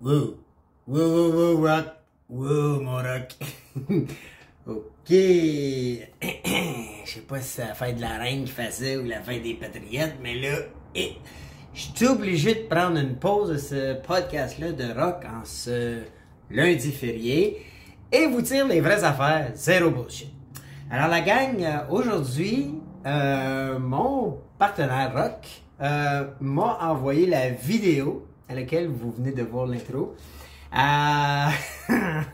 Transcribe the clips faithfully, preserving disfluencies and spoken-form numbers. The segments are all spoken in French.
Wow. Wow, wow, wow, rock. Wow, mon rock. Ok. Je sais pas si c'est la fête de la reine qui fait ça ou la fête des patriotes, mais là, eh, je suis obligé de prendre une pause de ce podcast-là de rock en ce lundi férié et vous dire les vraies affaires, zéro bullshit. Alors la gang, euh, aujourd'hui, euh, mon partenaire rock euh, m'a envoyé la vidéo à laquelle vous venez de voir l'intro. Euh...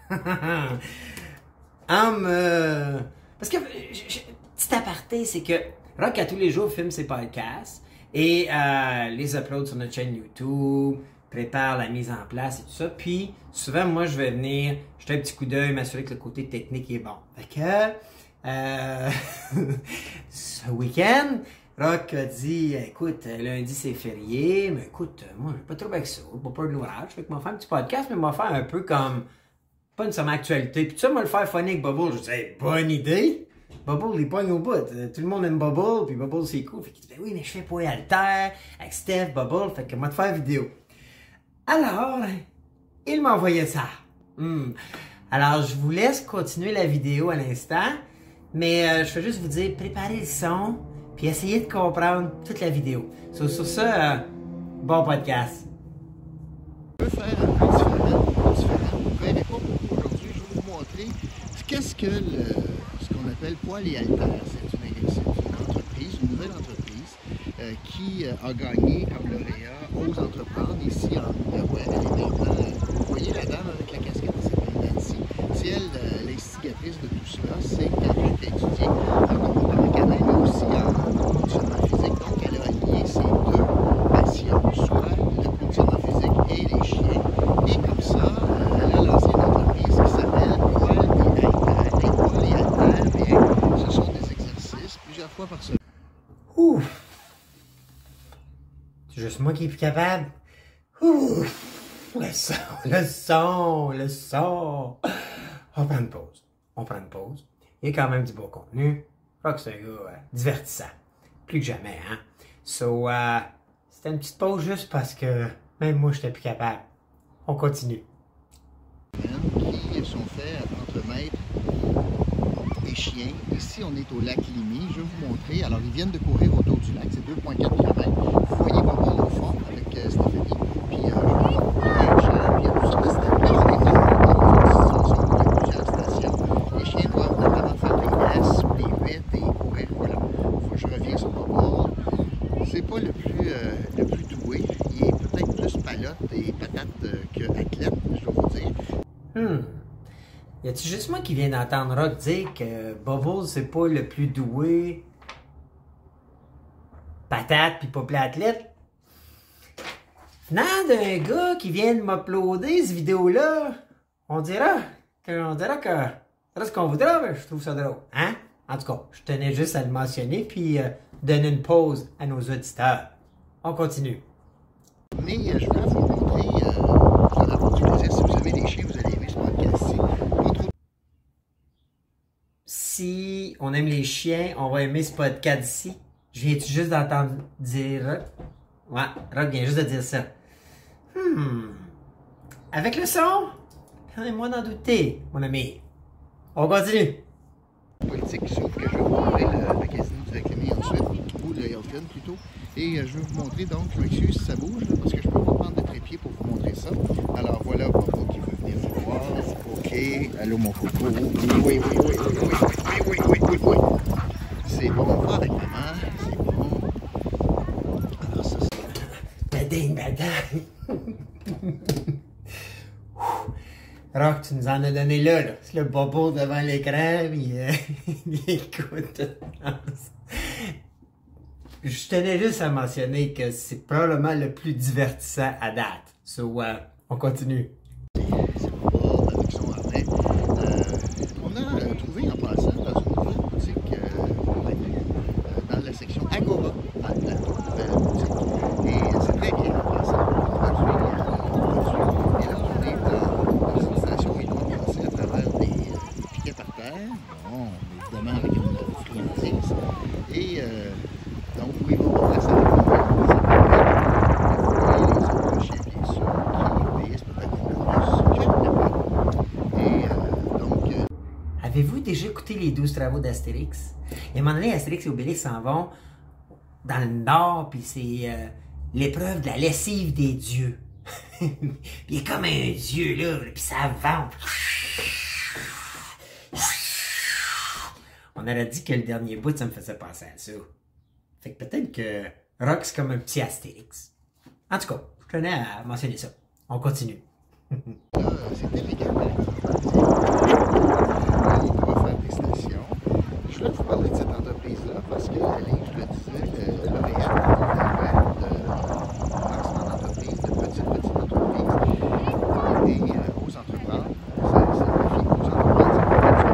en me... Parce que, je, je, petit aparté, c'est que Rock à tous les jours filme ses podcasts et euh, les upload sur notre chaîne YouTube, prépare la mise en place et tout ça. Puis souvent, moi, je vais venir jeter un petit coup d'œil, m'assurer que le côté technique est bon. Fait que, euh, ce week-end, Rock a dit, écoute, lundi c'est férié, mais écoute, moi j'ai pas trop avec ça, pas peur de l'orage, fait que m'en faire un petit podcast, mais m'en faire un peu comme, pas nécessairement actualité, puis tu sais, moi le faire funny avec Bubble, je dis, hey, bonne idée, Bubble, il pogne au bout, tout le monde aime Bubble, puis Bubble c'est cool, fait qu'il dit, ben oui, mais je fais pas alter, avec Steph, Bubble, fait que moi te faire vidéo. Alors, il m'a envoyé ça. Hmm. Alors, je vous laisse continuer la vidéo à l'instant, mais euh, je vais juste vous dire, préparez le son, puis essayez de comprendre toute la vidéo. So, sur ça, euh, bon podcast. Je veux faire un peu différent, différent. Vous ne verrez pas beaucoup aujourd'hui. Je vais vous montrer qu'est-ce que le, ce qu'on appelle Poils et Haltères. C'est une, c'est une entreprise, une nouvelle entreprise euh, qui euh, a gagné comme lauréat Ose entreprendre ici en Outaouais. Elle est maintenant, vous voyez la dame avec la casquette, elle s'appelle Nancy. C'est elle euh, l'instigatrice de tout cela. C'est quand j'étais étudié en comportement canin, mais aussi en conditionnement physique. Donc elle a allié ces deux passions, soit le conditionnement physique et les chiens. Et comme ça, euh, elle a lancé une entreprise qui s'appelle Poils et Haltères. Les poils et haltères, bien, ce sont des exercices plusieurs fois par semaine. Ouf! C'est juste moi qui est plus capable. Ouf! Le son, le son, le son. On prend une pause. On prend une pause. Il y a quand même du beau contenu. Rock, c'est un gars euh, divertissant. Plus que jamais, hein? So, euh, c'était une petite pause juste parce que même moi, j'étais plus capable. On continue. Qui sont faits entre maîtres et chiens. Ici, on est au lac Limy. Je vais vous montrer. Alors, ils viennent de courir autour du lac. C'est deux virgule quatre kilomètres. Vous voyez Bubble au fond avec euh, Stéphanie. Puis, euh, je vais vous montrer les chiens. Puis, il y a toutes sortes de stations. Là, on est en situation avec plusieurs stations. Les chiens doivent notamment faire des glaces, des huit et courir. Voilà. Faut que je reviens sur Bubble. C'est pas le plus, euh, le plus doué. Il est peut-être plus palotte et patate euh, que athlète, je dois vous dire. Hmm. Y a-tu juste moi qui viens d'entendre Rock dire que Bubble c'est pas le plus doué, patate pis pas plat athlète? Venant d'un gars qui vient de m'uploader cette vidéo-là, on dira que, on dira que, c'est ce qu'on voudra, mais je trouve ça drôle, hein? En tout cas, je tenais juste à le mentionner puis euh, donner une pause à nos auditeurs. On continue. Mais euh, je voulais vous montrer, euh, vous en avoir du plaisir. Si vous avez des chiens, vous allez aimer ce podcast-ci. Si on aime les chiens, on va aimer ce podcast ici. Je viens-tu juste d'entendre dire Rock? Ouais, Rock vient juste de dire ça. Hmm. Avec le son? Permets-moi d'en douter, mon ami. On continue. Politique qui s'ouvre, que je vais vous montrer le, le casino du Lac-Lémy ensuite, ou le Hilton plutôt. Et euh, je vais vous montrer donc, je m'excuse si ça bouge, là, parce que je ne peux pas prendre de trépied pour vous montrer ça. Alors voilà, Coco qui veut venir me voir. Ok, allô mon Coco. Oui, oui, oui, oui, oui, oui, oui, oui, oui, oui, oui. C'est bon, on va avec maman, c'est bon. Alors ça, c'est... Bading, bading. Rock, tu nous en as donné là, là. C'est le bobo devant l'écran, puis euh, écoute. Je tenais juste à mentionner que c'est probablement le plus divertissant à date. So, uh, on continue. C'est pas avec son arrêt. Euh, on a euh, trouvé en passant dans une nouvelle boutique, euh, euh, dans la section Agora, à la toute nouvelle boutique. Et c'est très bien en passant. Produit, euh, produit. Et là, on est dans, dans une station où ils doivent passer à travers des, euh, des piquets par terre. Bon, évidemment avec une friandise. Et euh, donc, oui, on va passer à la et les autres chiens, bien sûr, qui obéissent peut-être les douze travaux d'Astérix. Et à un moment donné, Astérix et Obélix s'en vont dans le nord, puis c'est euh, l'épreuve de la lessive des dieux. Il est comme un dieu, là, puis ça avance. On aurait dit que le dernier bout, ça me faisait penser à ça. Fait que peut-être que Rock, c'est comme un petit Astérix. En tout cas, je tenais à mentionner ça. On continue. Là, c'était légal, par exemple. Il pourra faire des stations. Je voulais vous parler de cette entreprise-là parce que, Alain, je le disais, le L'Oréal de lancement d'entreprise, de petites, petites entreprises et euh, aux entreprises. Ça signifie aux entreprises, ça peut être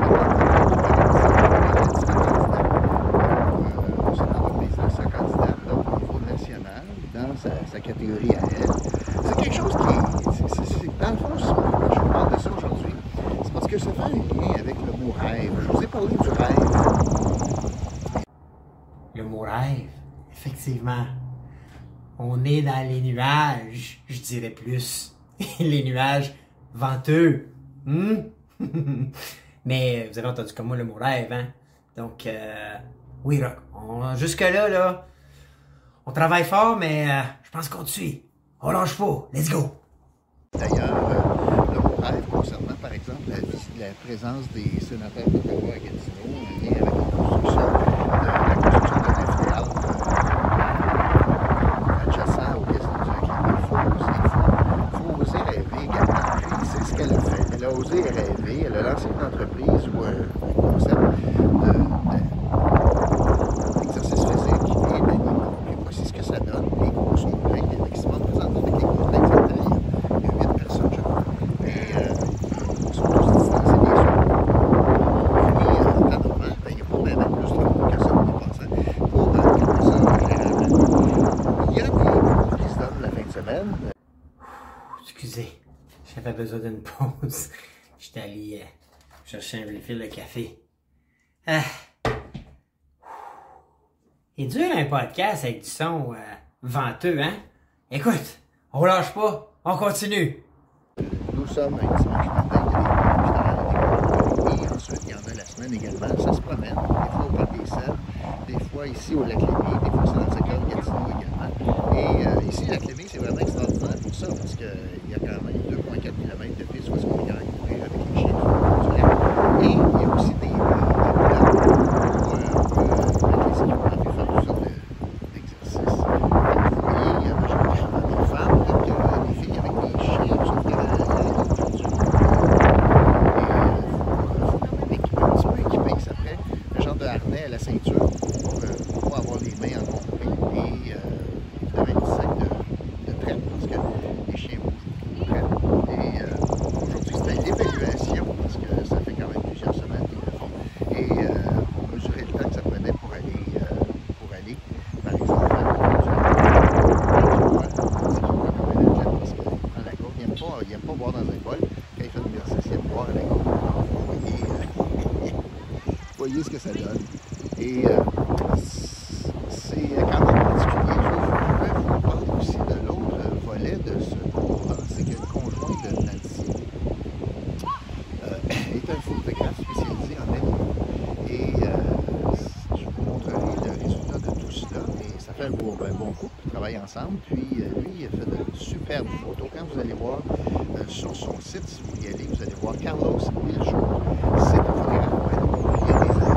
cette entreprise-là, sa candidate, donc au niveau national, dans sa, sa catégorie à elle. C'est quelque chose qui est, dans le fond, je vous parle de ça aujourd'hui, c'est parce que ça fait un lien avec le mot rêve. Je vous ai parlé du rêve. Le mot rêve, effectivement. On est dans les nuages, je dirais plus. Les nuages venteux. Hmm? Mais vous avez entendu comme moi le mot rêve, hein? Donc, euh, oui, Rock. On, jusque-là, là, on travaille fort, mais euh, je pense qu'on te suit. On lâche pas. Let's go! D'ailleurs, euh, le mot rêve concernant, par exemple, la, la présence des sénateurs d'Ottawa à Gatineau, en lien avec la construction de, la construction d'un amphithéâtre euh, adjacent au casino du Lac-Lévis. Il faut oser, il faut, faut oser rêver également. Puis c'est ce qu'elle a fait. Elle a osé rêver. Elle a lancé une entreprise ou un, un concept de, de, d'exercice physique et d'animaux. Et voici ce que ça donne. Les grosses montagnes qui se montrent présentement avec les montagnes d'Italie. Il y a huit personnes, je crois. Et euh, ils sont tous distancés, bien sûr. Puis, euh, en normand, ben, il n'y a pas même plus de monde que ça en passant. Pour euh, calmer ça, généralement. Il y a des cours qui se donnent la fin de semaine. Excusez, j'avais besoin d'une pause. J'étais allé euh, chercher un refill de café. Ah. Il dure un podcast avec du son euh, venteux, hein? Écoute, on lâche pas, on continue. Nous sommes un dimanche matin, il y a des et ensuite il y en a la semaine également. Ça se promène, des fois au Parc des Cèdres, des fois ici au Lac-Lévis, des fois c'est dans le secteur de Gatineau également. Et euh, ici, Lac-Lévis, c'est vraiment extraordinaire pour ça, parce qu'il y a quand même deux virgule quatre kilomètres de piste où est-ce qu'on vient à courir avec les chiens du lac. Et il y a aussi des à la ceinture pour, euh, pour pas avoir les mains encombrées et euh, évidemment une sac de, de traite parce que les chiens bougent beaucoup de traite. Et euh, aujourd'hui c'était l'évaluation parce que ça fait quand même plusieurs semaines qu'ils le font et euh, on mesurait le temps que ça prenait pour aller, euh, pour aller par exemple à parce qu'il prend la côte, il n'aime pas, il aime pas boire dans un bol. Quand il fait une exercice, il aime boire à la côte. Vous voyez, euh, voyez ce que ça donne. Et euh, c'est quand même particulier. Je voudrais vous parler aussi de l'autre volet de ce cours-là, c'est que le conjoint de Nancy euh, est un photographe spécialisé en animaux. Et euh, je vous montrerai le résultat de tout cela. Et ça fait un bon, un bon couple qui travaille ensemble. Puis euh, lui, il a fait de superbes photos. Quand vous allez voir euh, sur son site, si vous y allez, vous allez voir Carlos Miljour. C'est un photographe pour animaux. Puis il y a des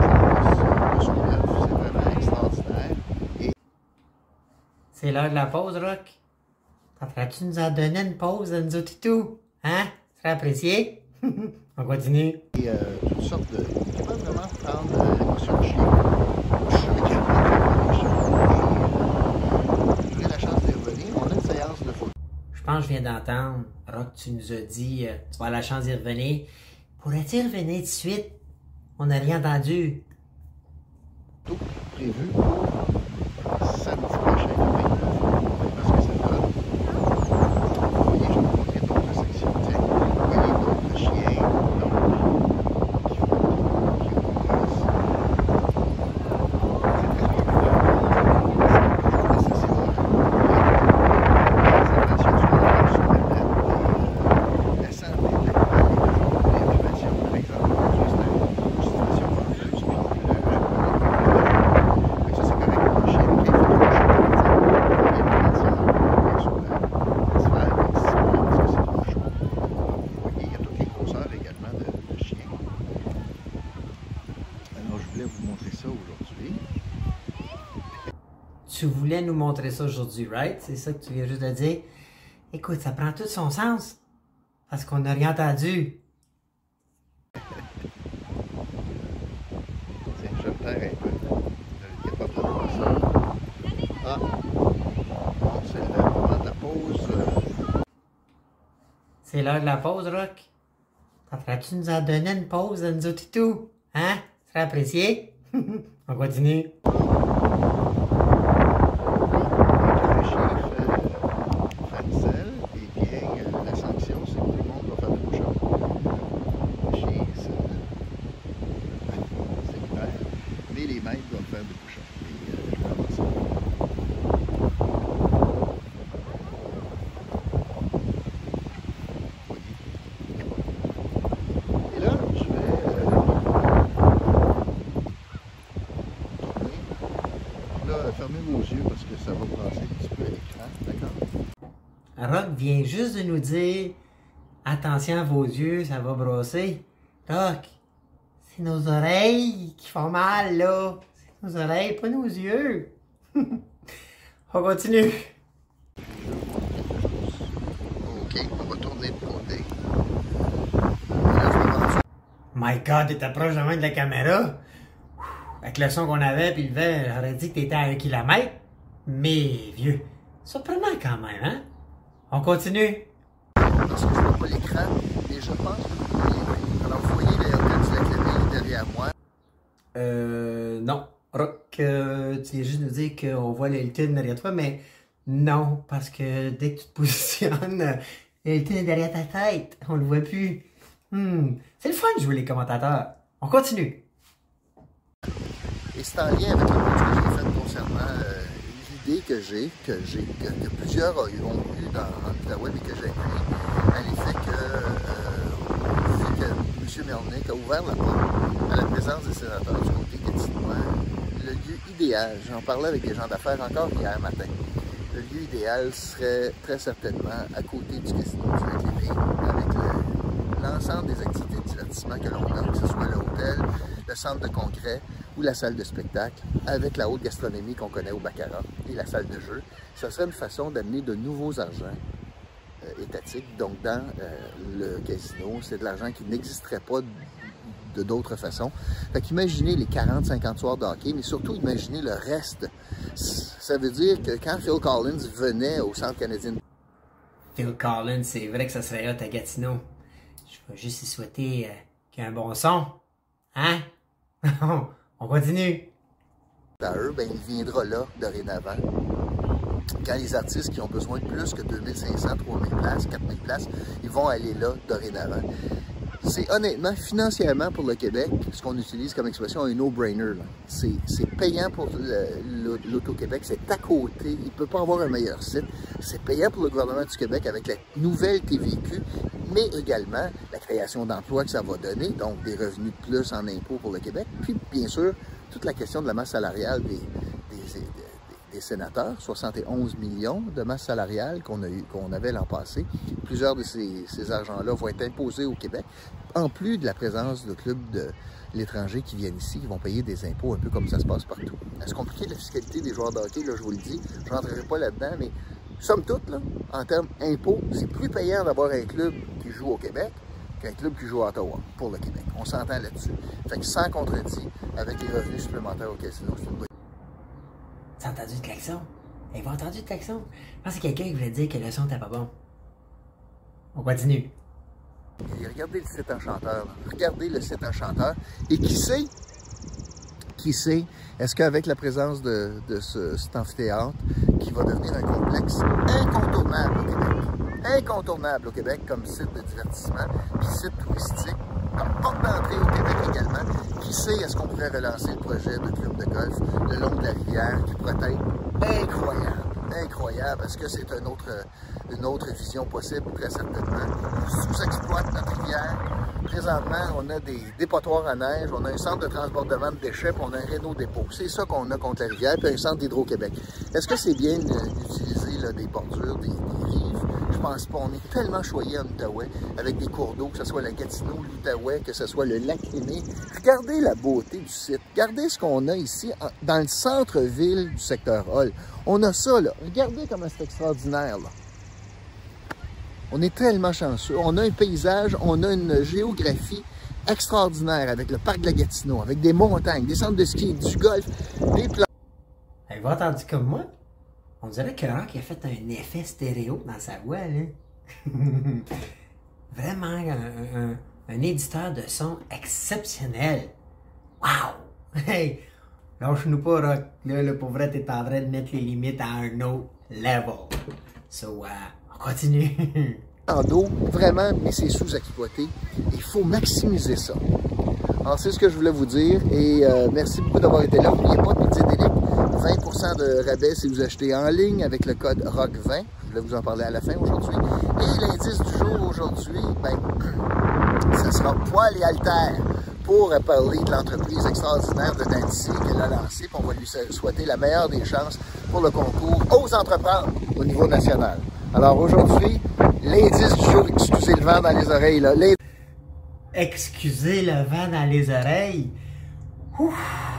c'est l'heure de la pause, Rock. T'entends-tu nous en donner une pause à nous autres et tout? Hein? Ça serait apprécié? On continue. Et euh, toutes sortes de... Tu peux vraiment prendre euh, l'émotion de chien. Je suis avec un chien. J'ai la chance d'y revenir. On a une séance de photo. Je pense que je viens d'entendre, Rock, tu nous as dit euh, tu vas avoir la chance d'y revenir. Pourrais-tu revenir tout de suite? On n'a rien entendu. Tout prévu pour samedi prochain. Parce que ça donne. Vous voyez, je vais vous montrer d'autres sections. Tiens, vous voyez d'autres chiens. Donc, qui font qui font c'est très tu voulais nous montrer ça aujourd'hui, right? C'est ça que tu viens juste de dire. Écoute, ça prend tout son sens. Parce qu'on n'a rien entendu. Tiens, je me perds un peu. Je suis capable de voir ça. Ah! Bon, c'est le moment de la pause. C'est l'heure de la pause, Rock. T'entends-tu nous en donner une pause à nous autres et tout? Hein? Ça serait apprécié? On continue. Le chef Frenzel, eh bien, la sanction, c'est que tout le monde va faire des push-ups. Chier, c'est clair. Mais les maîtres doivent faire des push-ups. Et euh, je vais avoir ça. Et là, je vais euh, tourner. Là, fermez vos yeux parce que ça va passer un petit peu à l'écran, d'accord? Rock vient juste de nous dire attention à vos yeux, ça va brosser. Rock, c'est nos oreilles qui font mal, là. C'est nos oreilles, pas nos yeux. On continue. Ok, on va tourner de côté. Là, je vais voir. My God, t'étais proche de main de la caméra. Avec le son qu'on avait, puis le vent, j'aurais dit que t'étais à un kilomètre. Mais, vieux, surprenant quand même, hein? On continue. Parce que je ne vois pas l'écran, mais je pense que vous voyez. Alors, vous voyez le Airtel de la clé derrière moi. Euh, non. Rock, euh, tu viens juste nous dire qu'on voit le Hilton derrière toi, mais non, parce que dès que tu te positionnes, le Hilton est derrière ta tête. On le voit plus. Hmm. C'est le fun de jouer les commentateurs. On continue. Et c'est en lien avec le cours que j'ai fait concernant euh, l'idée que j'ai, que j'ai, que, que plusieurs ont eu dans l'Outaouais et que j'ai pris, à l'effet que, euh, que M. Melnick a ouvert la porte à la présence des sénateurs du côté gatinois. Le lieu idéal, j'en parlais avec des gens d'affaires encore hier matin, le lieu idéal serait très certainement à côté du casino du Lac-Lévis, avec le, l'ensemble des activités de divertissement que l'on a, que ce soit l'hôtel, le centre de congrès ou la salle de spectacle, avec la haute gastronomie qu'on connaît au Baccarat et la salle de jeu. Ça serait une façon d'amener de nouveaux argents euh, étatiques. Donc dans euh, le casino, c'est de l'argent qui n'existerait pas de, de d'autres façons. Fait qu'imaginez les quarante cinquante soirs de hockey, mais surtout imaginez le reste. Ça veut dire que quand Phil Collins venait au Centre canadien... Phil Collins, c'est vrai que ça serait hot à Gatineau. Je vais juste y souhaiter euh, qu'il y ait un bon son. Hein? On continue. À eux, ben, il viendra là, dorénavant. Quand les artistes qui ont besoin de plus que deux mille cinq cents, trois mille places, quatre mille places, ils vont aller là, dorénavant. C'est honnêtement, financièrement pour le Québec, ce qu'on utilise comme expression, un no-brainer. C'est payant pour l'Auto-Québec, c'est à côté, il ne peut pas avoir un meilleur site. C'est payant pour le gouvernement du Québec avec la nouvelle T V Q, mais également la création d'emplois que ça va donner, donc des revenus de plus en impôts pour le Québec. Puis, bien sûr, toute la question de la masse salariale des, des, des, des sénateurs, soixante et onze millions de masse salariale qu'on qu'on avait l'an passé. Plusieurs de ces, ces argents-là vont être imposés au Québec, en plus de la présence de clubs de l'étranger qui viennent ici, qui vont payer des impôts un peu comme ça se passe partout. C'est compliqué la fiscalité des joueurs de hockey, là, je vous le dis, je ne rentrerai pas là-dedans, mais somme toute, là, en termes impôts, c'est plus payant d'avoir un club qui joue au Québec qu'un club qui joue à Ottawa, pour le Québec. On s'entend là-dessus. Fait que sans contredit, avec les revenus supplémentaires au casino, c'est une bonne... T'as entendu le klaxon? Avez-vous entendu le klaxon? Je pense que c'est quelqu'un qui voulait dire que le son n'était pas bon. On continue. Et regardez le site enchanteur. Là. Regardez le site enchanteur. Et qui sait, qui sait, est-ce qu'avec la présence de, de ce, cet amphithéâtre, qui va devenir un complexe incontournable au Québec, incontournable au Québec comme site de divertissement, puis site touristique, comme porte d'entrée au Québec également, qui sait, est-ce qu'on pourrait relancer le projet de club de golf le long de la rivière, qui pourrait être incroyable, incroyable. Est-ce que c'est un autre, une autre vision possible? Très certainement. On sous-exploite notre rivière. Présentement, on a des dépotoirs à neige, on a un centre de transbordement de déchets, puis on a un réno-dépôt. C'est ça qu'on a contre la rivière, puis un centre d'Hydro-Québec. Est-ce que c'est bien d'utiliser des bordures, des, des rives? Je pense pas. On est tellement choyé en Outaouais, avec des cours d'eau, que ce soit la Gatineau, l'Outaouais, que ce soit le lac Aîné. Regardez la beauté du site. Regardez ce qu'on a ici, dans le centre-ville du secteur Hall. On a ça, là. Regardez comment c'est extraordinaire, là. On est tellement chanceux. On a un paysage, on a une géographie extraordinaire avec le parc de la Gatineau, avec des montagnes, des centres de ski, du golf, des plans. Avez-vous entendu comme moi? On dirait que Rock a fait un effet stéréo dans sa voix, là. Vraiment un, un, un éditeur de son exceptionnel. Wow! Hey! Lâche-nous pas, Rock. Là, là, pour vrai, t'es en train de mettre les limites à un autre level. So, uh, on continue. D'eau, vraiment, mais c'est sous-exploité. Il faut maximiser ça. Alors, c'est ce que je voulais vous dire. Et euh, merci beaucoup d'avoir été là. N'oubliez pas de Pizza Delic, vingt pour cent de rabais si vous achetez en ligne avec le code rock vingt. Je voulais vous en parler à la fin aujourd'hui. Et l'indice du jour aujourd'hui, ben, ça sera poil et haltères pour parler de l'entreprise extraordinaire de Nancy qu'elle a lancée. Puis on va lui souhaiter la meilleure des chances pour le concours Ose entreprendre au niveau national. Alors aujourd'hui, l'indice du jour, excusez le vent dans les oreilles, là. Excusez le vent dans les oreilles. Ouh.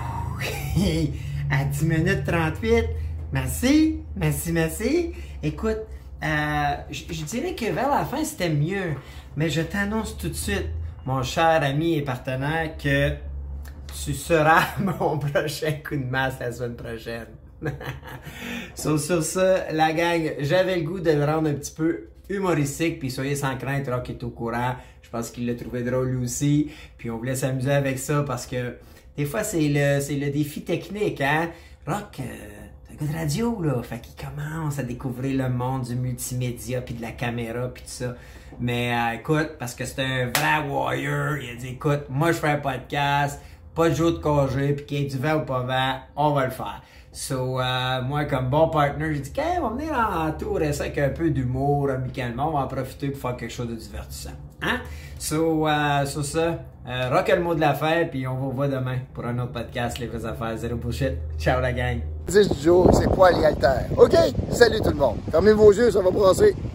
À dix minutes trente-huit. Merci, merci, merci. Écoute, euh, je dirais que vers la fin, c'était mieux. Mais je t'annonce tout de suite, mon cher ami et partenaire, que tu seras mon prochain coup de masse la semaine prochaine. So, sur ça, la gang, j'avais le goût de le rendre un petit peu humoristique, puis soyez sans crainte, Rock est au courant. Je pense qu'il l'a trouvé drôle lui aussi. Puis on voulait s'amuser avec ça parce que des fois, c'est le, c'est le défi technique, hein. Rock, euh, c'est un gars de radio, là. Fait qu'il commence à découvrir le monde du multimédia, puis de la caméra, puis tout ça. Mais euh, écoute, parce que c'est un vrai warrior, il a dit, écoute, moi je fais un podcast, pas de jour de congé, puis qu'il y ait du vent ou pas vent, on va le faire. So, euh, moi, comme bon partner, j'ai dit, okay, on va venir en tour, ça avec un peu d'humour, amicalement, on va en profiter pour faire quelque chose de divertissant. Hein? So, euh, sur ça, euh, rock le mot de la fin, puis on vous revoit demain pour un autre podcast, Les vraies affaires, zéro bullshit. Ciao la gang! dix du jour, c'est poil et haltères. OK, salut tout le monde. Fermez vos yeux, ça va brasser.